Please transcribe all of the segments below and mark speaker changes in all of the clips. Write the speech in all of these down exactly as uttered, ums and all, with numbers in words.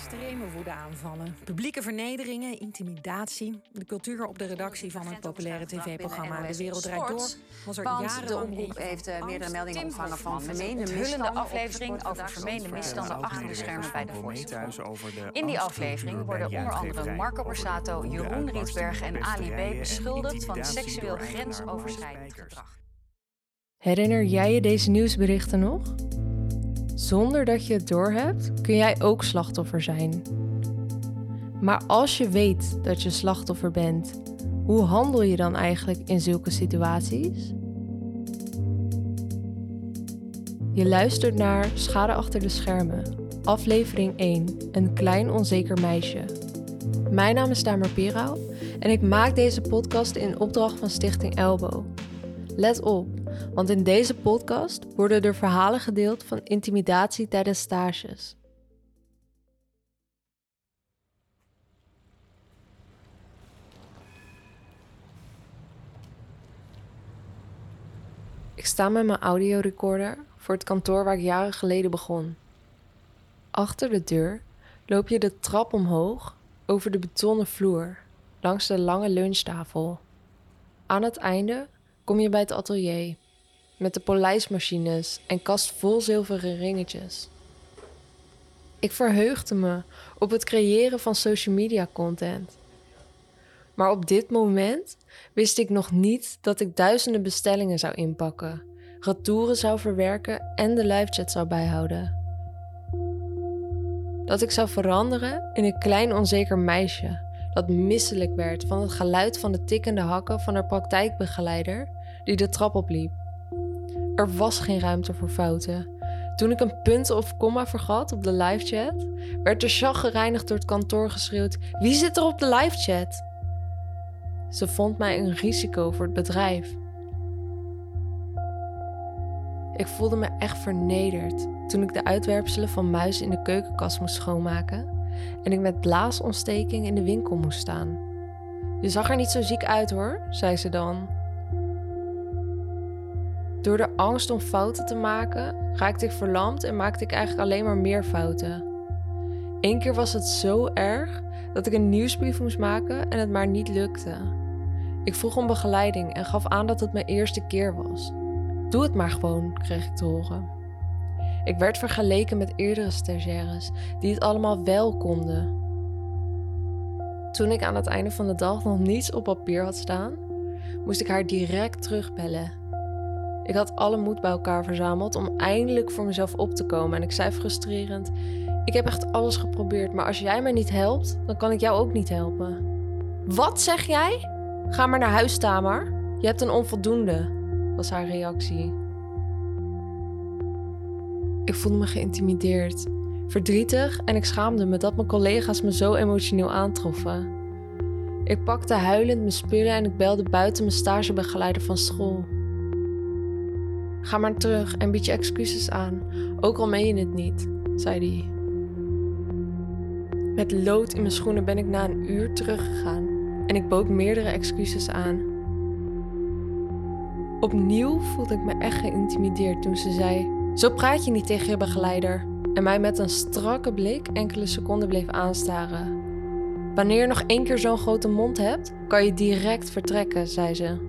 Speaker 1: Extreme woedeaanvallen, publieke vernederingen, intimidatie. De cultuur op de redactie van het populaire tv-programma De Wereld Draait Door was er jarenlang.
Speaker 2: De omroep heeft uh, meerdere meldingen ontvangen van vermeende misstanden.
Speaker 3: Een aflevering over vermeende misstanden achter de schermen bij de Voice. In die aflevering worden onder andere Marco Borsato, Jeroen Rietberg en Ali B. beschuldigd van seksueel grensoverschrijdend gedrag.
Speaker 4: Herinner jij je deze nieuwsberichten nog? Zonder dat je het doorhebt, kun jij ook slachtoffer zijn. Maar als je weet dat je slachtoffer bent, hoe handel je dan eigenlijk in zulke situaties? Je luistert naar Schade achter de schermen, aflevering één, een klein onzeker meisje. Mijn naam is Tamer Pierau en ik maak deze podcast in opdracht van Stichting Elbow. Let op, want in deze podcast worden er verhalen gedeeld van intimidatie tijdens stages. Ik sta met mijn audiorecorder voor het kantoor waar ik jaren geleden begon. Achter de deur loop je de trap omhoog over de betonnen vloer, langs de lange lunchtafel. Aan het einde kom je bij het atelier, met de polijsmachines en kast vol zilveren ringetjes. Ik verheugde me op het creëren van social media content. Maar op dit moment wist ik nog niet dat ik duizenden bestellingen zou inpakken, retouren zou verwerken en de livechat zou bijhouden. Dat ik zou veranderen in een klein onzeker meisje dat misselijk werd van het geluid van de tikkende hakken van haar praktijkbegeleider die de trap opliep. Er was geen ruimte voor fouten. Toen ik een punt of komma vergat op de livechat, werd er chagrijnig door het kantoor geschreeuwd: wie zit er op de livechat? Ze vond mij een risico voor het bedrijf. Ik voelde me echt vernederd toen ik de uitwerpselen van muizen in de keukenkast moest schoonmaken en ik met blaasontsteking in de winkel moest staan. Je zag er niet zo ziek uit hoor, zei ze dan. Door de angst om fouten te maken, raakte ik verlamd en maakte ik eigenlijk alleen maar meer fouten. Eén keer was het zo erg dat ik een nieuwsbrief moest maken en het maar niet lukte. Ik vroeg om begeleiding en gaf aan dat het mijn eerste keer was. Doe het maar gewoon, kreeg ik te horen. Ik werd vergeleken met eerdere stagiaires die het allemaal wel konden. Toen ik aan het einde van de dag nog niets op papier had staan, moest ik haar direct terugbellen. Ik had alle moed bij elkaar verzameld om eindelijk voor mezelf op te komen en ik zei frustrerend: ik heb echt alles geprobeerd, maar als jij mij niet helpt, dan kan ik jou ook niet helpen. Wat zeg jij? Ga maar naar huis, Tamer. Je hebt een onvoldoende, was haar reactie. Ik voelde me geïntimideerd, verdrietig en ik schaamde me dat mijn collega's me zo emotioneel aantroffen. Ik pakte huilend mijn spullen en ik belde buiten mijn stagebegeleider van school. Ga maar terug en bied je excuses aan, ook al meen je het niet, zei hij. Met lood in mijn schoenen ben ik na een uur teruggegaan en ik bood meerdere excuses aan. Opnieuw voelde ik me echt geïntimideerd toen ze zei: zo praat je niet tegen je begeleider, en mij met een strakke blik enkele seconden bleef aanstaren. Wanneer je nog één keer zo'n grote mond hebt, kan je direct vertrekken, zei ze.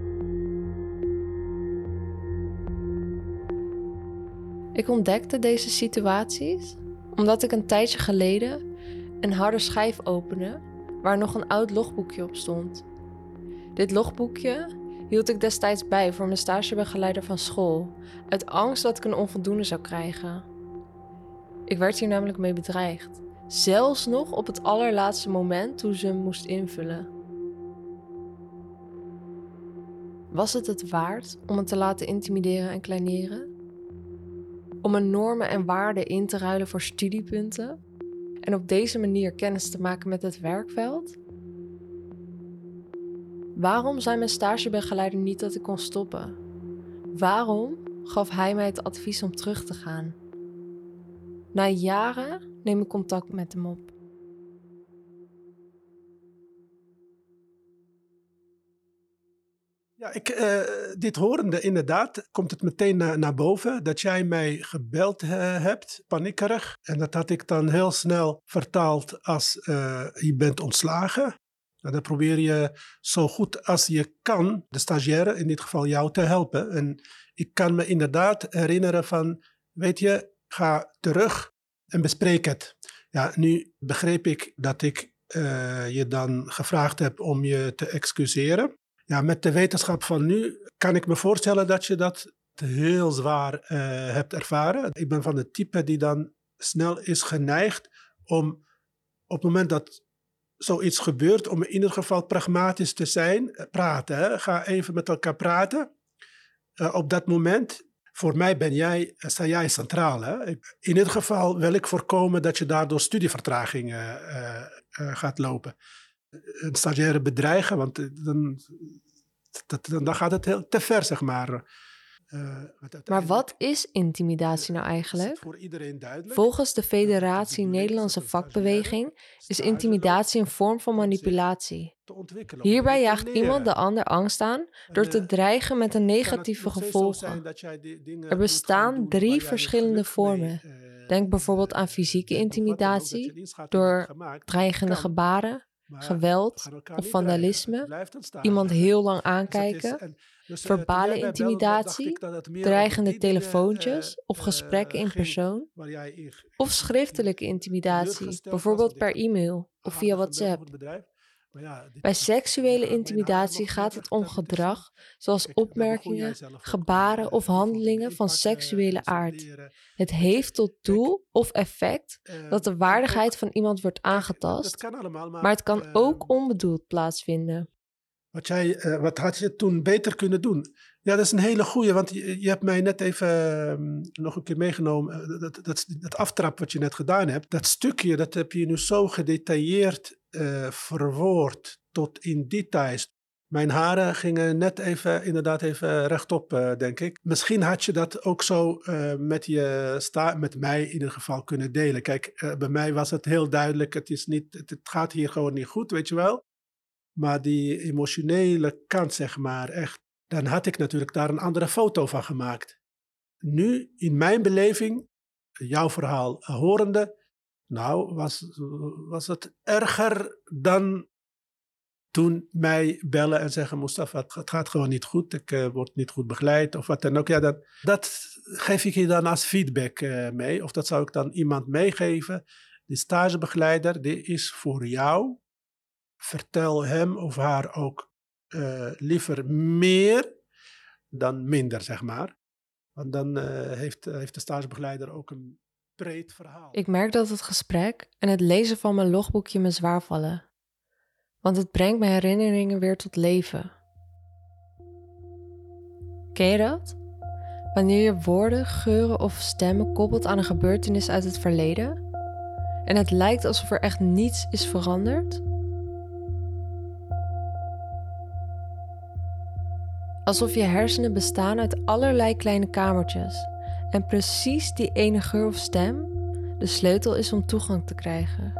Speaker 4: Ik ontdekte deze situaties omdat ik een tijdje geleden een harde schijf opende waar nog een oud logboekje op stond. Dit logboekje hield ik destijds bij voor mijn stagebegeleider van school, uit angst dat ik een onvoldoende zou krijgen. Ik werd hier namelijk mee bedreigd, zelfs nog op het allerlaatste moment toen ze hem moest invullen. Was het het waard om me te laten intimideren en kleineren? Om mijn normen en waarden in te ruilen voor studiepunten en op deze manier kennis te maken met het werkveld? Waarom zei mijn stagebegeleider niet dat ik kon stoppen? Waarom gaf hij mij het advies om terug te gaan? Na jaren neem ik contact met hem op.
Speaker 5: Ja, ik, uh, dit horende inderdaad, komt het meteen na, naar boven dat jij mij gebeld uh, hebt, paniekerig. En dat had ik dan heel snel vertaald als uh, je bent ontslagen. En dan probeer je zo goed als je kan, de stagiaire in dit geval, jou te helpen. En ik kan me inderdaad herinneren van, weet je, ga terug en bespreek het. Ja, nu begreep ik dat ik uh, je dan gevraagd heb om je te excuseren. Ja, met de wetenschap van nu kan ik me voorstellen dat je dat heel zwaar uh, hebt ervaren. Ik ben van het type die dan snel is geneigd om op het moment dat zoiets gebeurt, om in ieder geval pragmatisch te zijn, praten. Hè? Ga even met elkaar praten. Uh, op dat moment, voor mij ben jij, sta jij centraal. Hè? In ieder geval wil ik voorkomen dat je daardoor studievertraging uh, uh, uh, gaat lopen. Een stagiaire bedreigen, want dan, dat, dan gaat het heel te ver, zeg maar.
Speaker 4: Uh, maar wat is intimidatie nou eigenlijk? Voor iedereen duidelijk. Volgens de Federatie Nederlandse Vakbeweging is intimidatie een vorm van manipulatie. Hierbij jaagt iemand de ander angst aan door te dreigen met een negatieve gevolgen. Er bestaan drie verschillende vormen. Denk bijvoorbeeld aan fysieke intimidatie door dreigende gebaren, geweld of vandalisme, iemand heel lang aankijken, verbale intimidatie, dreigende telefoontjes of gesprekken in persoon, of schriftelijke intimidatie, bijvoorbeeld per e-mail of via WhatsApp. Bij seksuele intimidatie gaat het om gedrag, zoals opmerkingen, gebaren of handelingen van seksuele aard. Het heeft tot doel of effect dat de waardigheid van iemand wordt aangetast, maar het kan ook onbedoeld plaatsvinden.
Speaker 5: Wat, jij, uh, wat had je toen beter kunnen doen? Ja, dat is een hele goeie, want je, je hebt mij net even uh, nog een keer meegenomen. Uh, dat, dat, dat aftrap wat je net gedaan hebt, dat stukje, dat heb je nu zo gedetailleerd uh, verwoord tot in details. Mijn haren gingen net even, inderdaad even rechtop, uh, denk ik. Misschien had je dat ook zo uh, met, je sta- met mij in ieder geval kunnen delen. Kijk, uh, bij mij was het heel duidelijk, het, is niet, het, het gaat hier gewoon niet goed, weet je wel. Maar die emotionele kant, zeg maar, echt, dan had ik natuurlijk daar een andere foto van gemaakt. Nu, in mijn beleving, jouw verhaal horende, nou, was, was het erger dan toen mij bellen en zeggen, Mustafa, het gaat gewoon niet goed, ik uh, word niet goed begeleid of wat dan ook. Ja, dat, dat geef ik je dan als feedback uh, mee, of dat zou ik dan iemand meegeven. Die stagebegeleider, die is voor jou. Vertel hem of haar ook uh, liever meer dan minder, zeg maar. Want dan uh, heeft, uh, heeft de stagebegeleider ook een breed verhaal.
Speaker 4: Ik merk dat het gesprek en het lezen van mijn logboekje me zwaar vallen. Want het brengt mijn herinneringen weer tot leven. Ken je dat? Wanneer je woorden, geuren of stemmen koppelt aan een gebeurtenis uit het verleden en het lijkt alsof er echt niets is veranderd? Alsof je hersenen bestaan uit allerlei kleine kamertjes en precies die ene geur of stem de sleutel is om toegang te krijgen.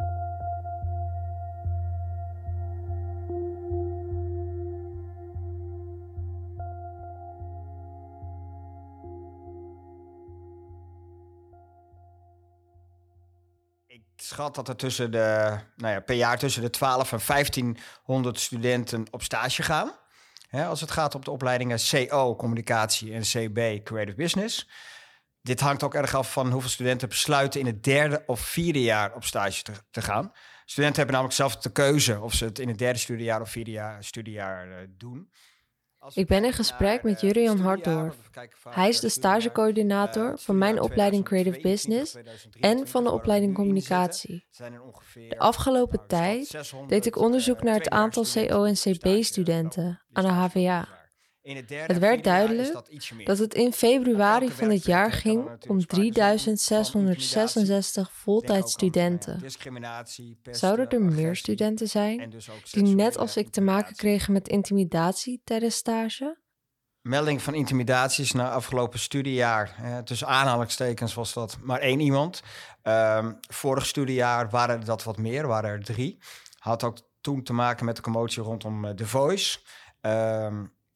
Speaker 6: Ik schat dat er tussen de, nou ja, per jaar tussen de twaalf en vijftienhonderd studenten op stage gaan. He, als het gaat om de opleidingen C O, communicatie, en C B, creative business. Dit hangt ook erg af van hoeveel studenten besluiten in het derde of vierde jaar op stage te, te gaan. Studenten hebben namelijk zelf de keuze of ze het in het derde studiejaar of vierde jaar, studiejaar uh, doen.
Speaker 4: Ik ben in gesprek met Jurian Hartdorf. Hij is de stagecoördinator van mijn opleiding Creative Business en van de opleiding Communicatie. De afgelopen tijd deed ik onderzoek naar het aantal C O- en C B-studenten aan de H V A. Het werd duidelijk dat het in februari van dit jaar ging om drieduizend zeshonderdzesenzestig voltijdstudenten. Zouden er meer studenten zijn die net als ik te maken kregen met intimidatie tijdens stage?
Speaker 6: Melding van intimidaties na afgelopen studiejaar. Eh, tussen aanhalingstekens was dat maar één iemand. Um, vorig studiejaar waren er dat wat meer, waren er drie. Had ook toen te maken met de commotie rondom uh, The Voice. Um,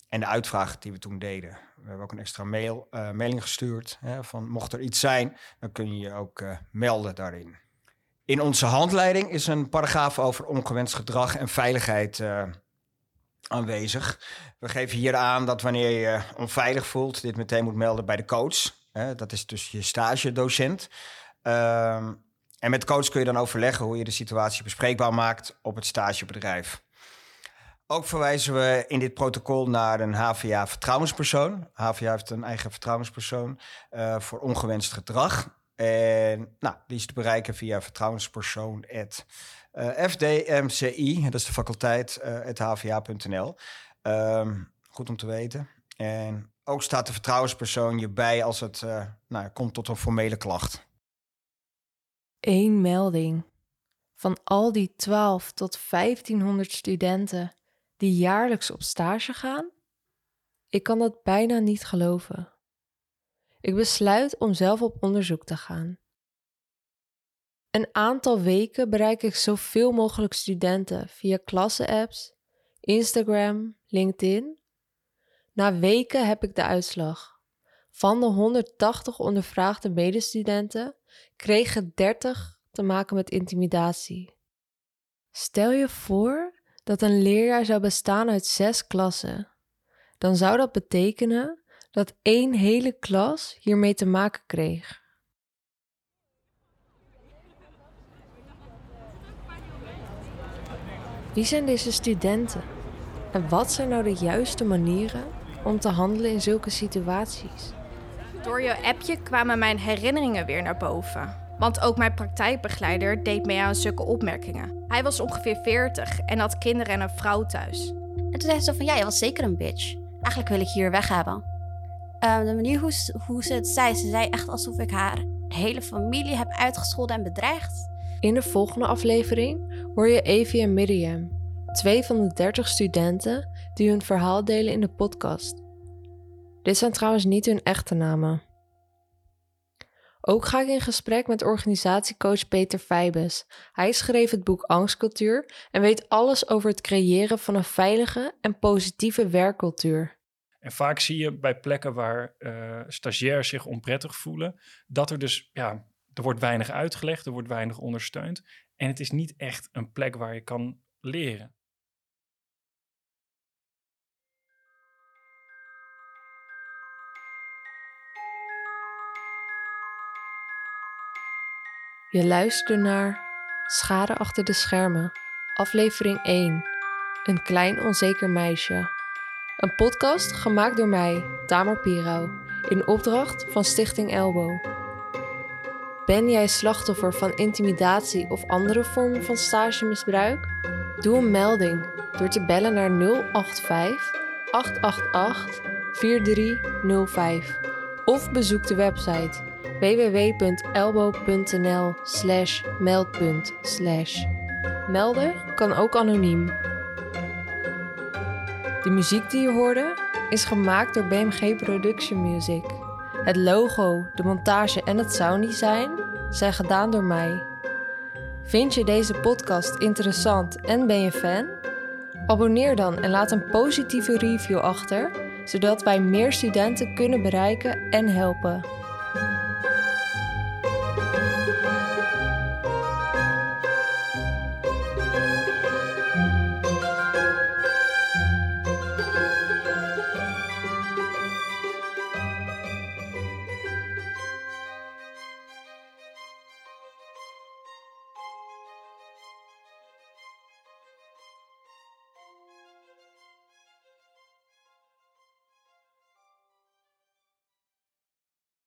Speaker 6: en de uitvraag die we toen deden. We hebben ook een extra mail, uh, mailing gestuurd. Hè, van mocht er iets zijn, dan kun je je ook uh, melden daarin. In onze handleiding is een paragraaf over ongewenst gedrag en veiligheid uh, aanwezig. We geven hier aan dat wanneer je je onveilig voelt, dit meteen moet melden bij de coach. Hè, dat is dus je stagedocent. Uh, en met de coach kun je dan overleggen hoe je de situatie bespreekbaar maakt op het stagebedrijf. Ook verwijzen we in dit protocol naar een H V A-vertrouwenspersoon. H V A heeft een eigen vertrouwenspersoon uh, voor ongewenst gedrag. En nou, die is te bereiken via vertrouwenspersoon at F D M C I, dat is de faculteit, uh, at h v a punt n l. Um, goed om te weten. En ook staat de vertrouwenspersoon je bij als het uh, nou, komt tot een formele klacht.
Speaker 4: Eén melding van al die twaalf tot vijftienhonderd studenten die jaarlijks op stage gaan? Ik kan dat bijna niet geloven. Ik besluit om zelf op onderzoek te gaan. Een aantal weken bereik ik zoveel mogelijk studenten via klasse-apps, Instagram, LinkedIn. Na weken heb ik de uitslag. Van de honderdtachtig ondervraagde medestudenten kregen dertig te maken met intimidatie. Stel je voor dat een leerjaar zou bestaan uit zes klassen. Dan zou dat betekenen dat één hele klas hiermee te maken kreeg. Wie zijn deze studenten? En wat zijn nou de juiste manieren om te handelen in zulke situaties?
Speaker 7: Door je appje kwamen mijn herinneringen weer naar boven. Want ook mijn praktijkbegeleider deed mee aan zulke opmerkingen. Hij was ongeveer veertig en had kinderen en een vrouw thuis.
Speaker 2: En toen zei ze van, ja, je was zeker een bitch. Eigenlijk wil ik je hier weg hebben. Uh, de manier hoe ze, hoe ze het zei, ze zei echt alsof ik haar hele familie heb uitgescholden en bedreigd.
Speaker 4: In de volgende aflevering hoor je Evie en Miriam, twee van de dertig studenten die hun verhaal delen in de podcast. Dit zijn trouwens niet hun echte namen. Ook ga ik in gesprek met organisatiecoach Peter Fijbes. Hij schreef het boek Angstcultuur en weet alles over het creëren van een veilige en positieve werkcultuur.
Speaker 8: En vaak zie je bij plekken waar uh, stagiairs zich onprettig voelen, dat er dus, ja, er wordt weinig uitgelegd, er wordt weinig ondersteund. En het is niet echt een plek waar je kan leren.
Speaker 4: Je luistert naar Schade achter de schermen, aflevering één. Een klein onzeker meisje. Een podcast gemaakt door mij, Tamer Pierau, in opdracht van Stichting Elbow. Ben jij slachtoffer van intimidatie of andere vormen van stagemisbruik? Doe een melding door te bellen naar nul acht vijf, acht acht acht, vier drie nul vijf of bezoek de website w w w punt elbow punt n l slash meldpunt slash. Melden kan ook anoniem. De muziek die je hoorde is gemaakt door B M G Production Music. Het logo, de montage en het sounddesign zijn gedaan door mij. Vind je deze podcast interessant en ben je fan? Abonneer dan en laat een positieve review achter, zodat wij meer studenten kunnen bereiken en helpen.